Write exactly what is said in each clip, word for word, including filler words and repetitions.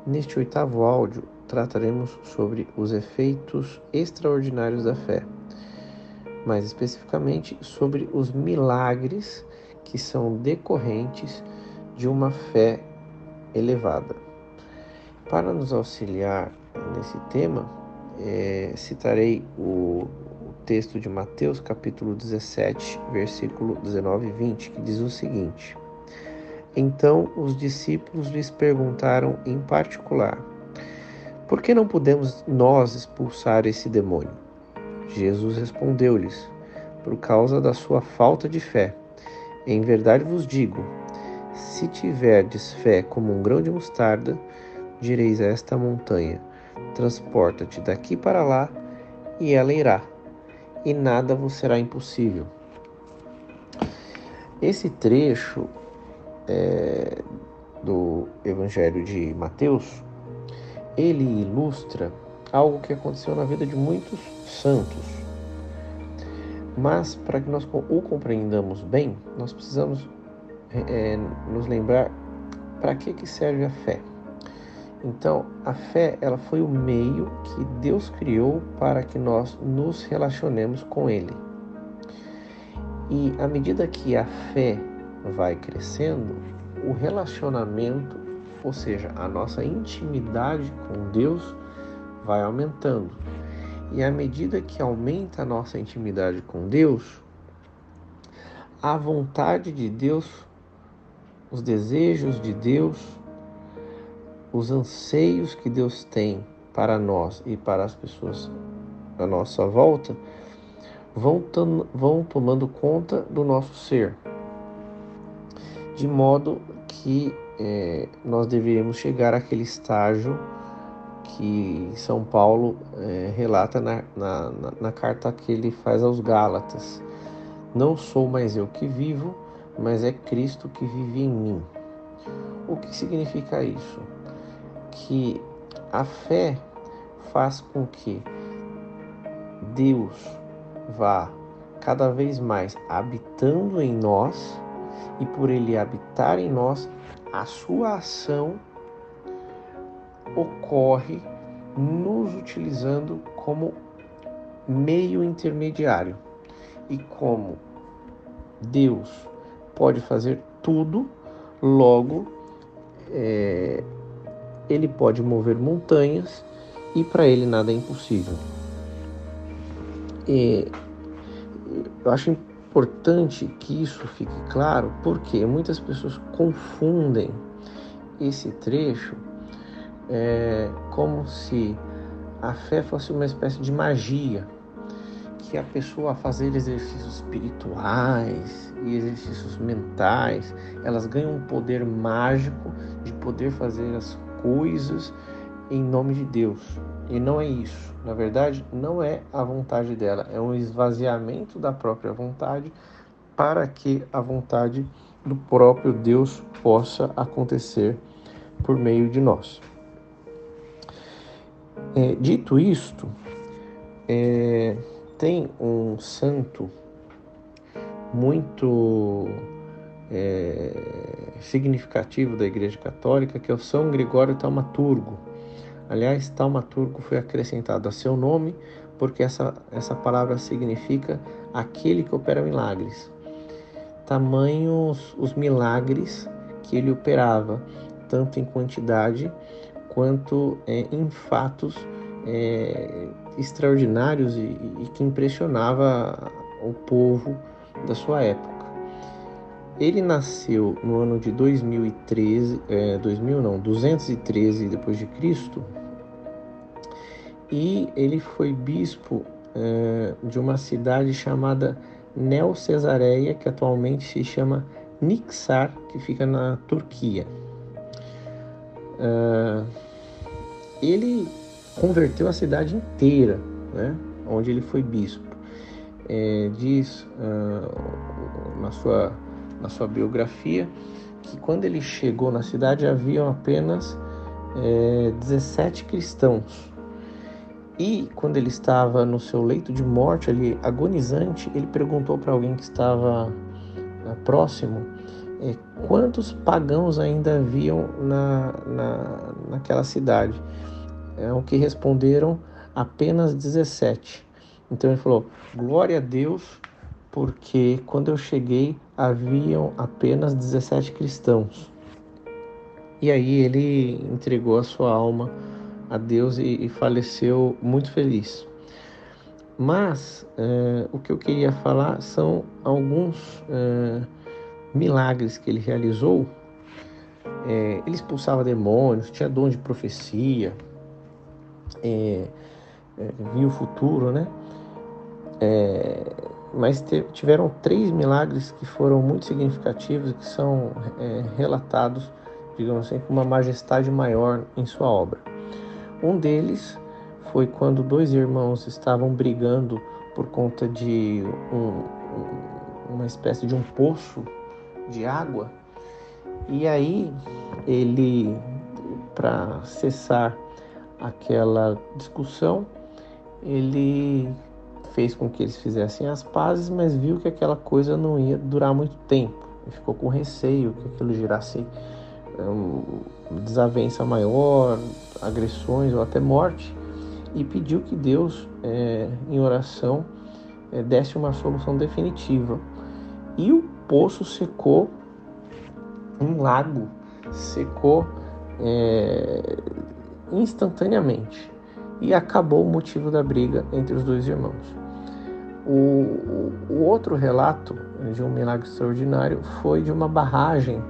Neste oitavo áudio, trataremos sobre os efeitos extraordinários da fé, mais especificamente sobre os milagres que são decorrentes de uma fé elevada. Para nos auxiliar nesse tema, é, citarei o, o texto de Mateus, capítulo dezessete, versículo dezenove e vinte, que diz o seguinte: Então os discípulos lhes perguntaram em particular: Por que não podemos nós expulsar esse demônio? Jesus respondeu-lhes: Por causa da sua falta de fé. Em verdade vos digo, se tiverdes fé como um grão de mostarda, direis a esta montanha: transporta-te daqui para lá, e ela irá, e nada vos será impossível. Esse trecho é, do Evangelho de Mateus, ele ilustra algo que aconteceu na vida de muitos santos. Mas, para que nós o compreendamos bem, nós precisamos é, nos lembrar para que, que serve a fé. Então, a fé, ela foi o meio que Deus criou para que nós nos relacionemos com Ele. E à medida que a fé vai crescendo, o relacionamento, ou seja, a nossa intimidade com Deus, vai aumentando. E à medida que aumenta a nossa intimidade com Deus, a vontade de Deus, os desejos de Deus, os anseios que Deus tem para nós e para as pessoas à nossa volta vão, tam, vão tomando conta do nosso ser, de modo que é, nós deveríamos chegar àquele estágio que São Paulo é, relata na, na, na carta que ele faz aos Gálatas: Não sou mais eu que vivo, mas é Cristo que vive em mim. O que significa isso? Que a fé faz com que Deus vá cada vez mais habitando em nós, e por Ele habitar em nós, a sua ação ocorre nos utilizando como meio intermediário. E como Deus pode fazer tudo, logo é, Ele pode mover montanhas, e para Ele nada é impossível. E eu acho importante que isso fique claro, porque muitas pessoas confundem esse trecho é, como se a fé fosse uma espécie de magia, que a pessoa, a fazer exercícios espirituais e exercícios mentais, elas ganham um poder mágico de poder fazer as coisas em nome de Deus. E não é isso. Na verdade, não é a vontade dela, é um esvaziamento da própria vontade para que a vontade do próprio Deus possa acontecer por meio de nós. É, dito isto, é, tem um santo muito é, significativo da Igreja Católica, que é o São Gregório Taumaturgo. Aliás, Taumaturgo foi acrescentado a seu nome porque essa, essa palavra significa aquele que opera milagres. Tamanhos os milagres que ele operava, tanto em quantidade quanto é, em fatos é, extraordinários e, e que impressionava o povo da sua época. Ele nasceu no ano de dois mil e treze, é, dois mil não, duzentos e treze depois de Cristo, e ele foi bispo é, de uma cidade chamada Neo-Cesareia, que atualmente se chama Niksar, que fica na Turquia. Uh, ele converteu a cidade inteira, né, onde ele foi bispo. É, diz uh, na, sua, na sua biografia que quando ele chegou na cidade haviam apenas é, dezessete cristãos. E quando ele estava no seu leito de morte, ali agonizante, ele perguntou para alguém que estava uh, próximo é, quantos pagãos ainda haviam na, na, naquela cidade. É o que responderam apenas dezessete. Então ele falou: glória a Deus, porque quando eu cheguei haviam apenas dezessete cristãos. E aí ele entregou a sua alma a Deus e, e faleceu muito feliz. Mas é, o que eu queria falar são alguns é, milagres que ele realizou. É, ele expulsava demônios, tinha dom de profecia, é, é, via o futuro, né? É, mas te, tiveram três milagres que foram muito significativos, que são é, relatados, digamos assim, com uma majestade maior em sua obra. Um deles foi quando dois irmãos estavam brigando por conta de um, uma espécie de um poço de água. E aí ele, para cessar aquela discussão, ele fez com que eles fizessem as pazes, mas viu que aquela coisa não ia durar muito tempo. Ele ficou com receio que aquilo gerasse um, desavença maior, agressões ou até morte, e pediu que Deus, é, em oração, é, desse uma solução definitiva. E o poço secou, um lago secou é, instantaneamente, e acabou o motivo da briga entre os dois irmãos. O, o, o outro relato de um milagre extraordinário foi de uma barragem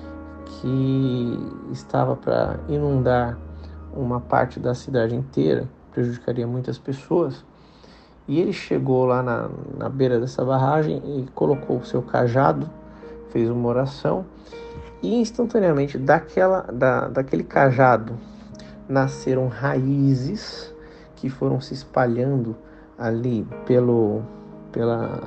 que estava para inundar uma parte da cidade inteira, prejudicaria muitas pessoas, e ele chegou lá na, na beira dessa barragem e colocou o seu cajado, fez uma oração, e instantaneamente daquela, da, daquele cajado nasceram raízes que foram se espalhando ali pelo, pela,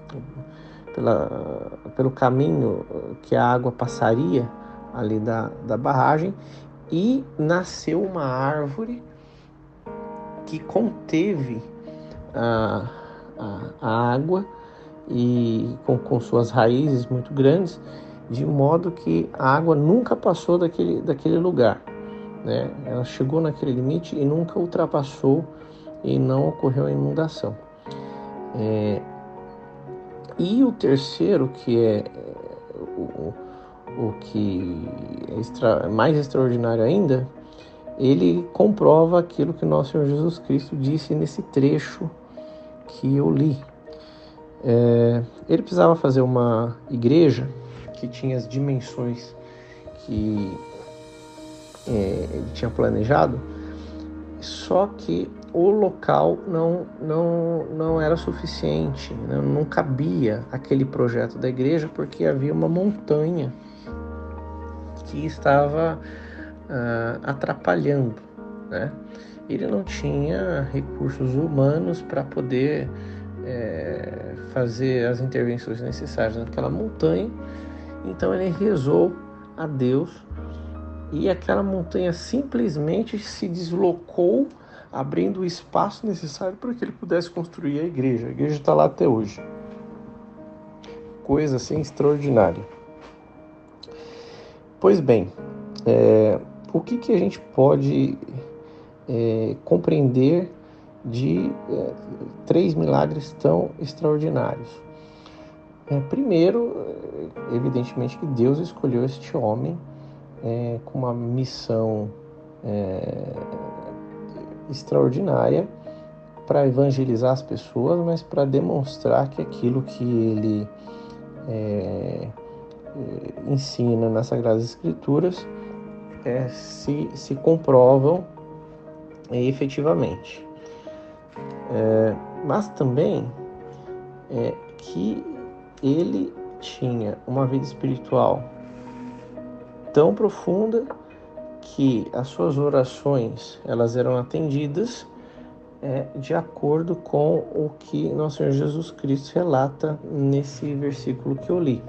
pela, pelo caminho que a água passaria ali da, da barragem, e nasceu uma árvore que conteve a, a, a água e com, com suas raízes muito grandes, de modo que a água nunca passou daquele, daquele lugar, né? Ela chegou naquele limite e nunca ultrapassou, e não ocorreu a inundação. É, e o terceiro, que é o, o que é extra, mais extraordinário ainda, ele comprova aquilo que nosso Senhor Jesus Cristo disse nesse trecho que eu li. É, ele precisava fazer uma igreja que tinha as dimensões que é, ele tinha planejado, só que o local não, não, não era suficiente, não, não cabia aquele projeto da igreja, porque havia uma montanha que estava uh, atrapalhando, né? Ele não tinha recursos humanos para poder é, fazer as intervenções necessárias naquela montanha, então ele rezou a Deus e aquela montanha simplesmente se deslocou, abrindo o espaço necessário para que ele pudesse construir a igreja. A igreja está lá até hoje. Coisa assim extraordinária. Pois bem, é, o que, que a gente pode é, compreender de é, três milagres tão extraordinários? É, primeiro, evidentemente que Deus escolheu este homem é, com uma missão é, extraordinária para evangelizar as pessoas, mas para demonstrar que aquilo que ele é, ensina nas Sagradas Escrituras é, se, se comprovam é, efetivamente. É, mas também é, que ele tinha uma vida espiritual tão profunda que as suas orações elas eram atendidas é, de acordo com o que nosso Senhor Jesus Cristo relata nesse versículo que eu li.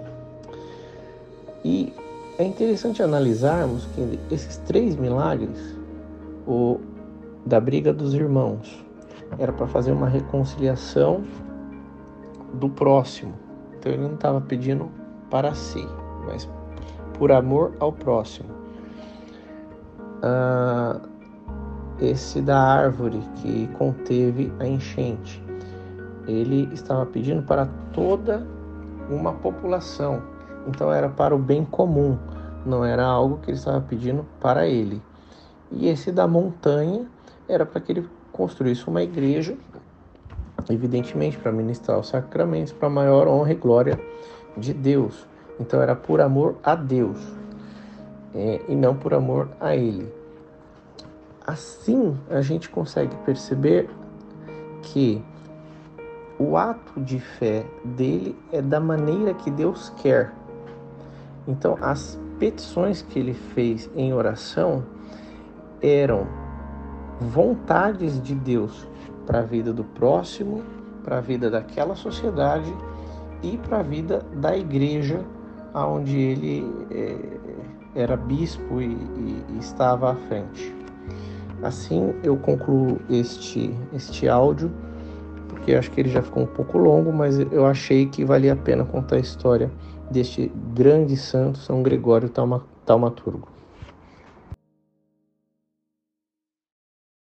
E é interessante analisarmos que esses três milagres, o da briga dos irmãos, era para fazer uma reconciliação do próximo. Então ele não estava pedindo para si, mas por amor ao próximo. Ah, esse da árvore que conteve a enchente, ele estava pedindo para toda uma população, então era para o bem comum, não era algo que ele estava pedindo para ele. E esse da montanha era para que ele construísse uma igreja, evidentemente para ministrar os sacramentos, para a maior honra e glória de Deus. Então era por amor a Deus, é, e não por amor a ele. Assim a gente consegue perceber que o ato de fé dele é da maneira que Deus quer. Então as petições que ele fez em oração eram vontades de Deus para a vida do próximo, para a vida daquela sociedade e para a vida da igreja onde ele é, era bispo e, e, e estava à frente. Assim eu concluo este, este áudio, porque acho que ele já ficou um pouco longo, mas eu achei que valia a pena contar a história deste grande santo, São Gregório Taumaturgo.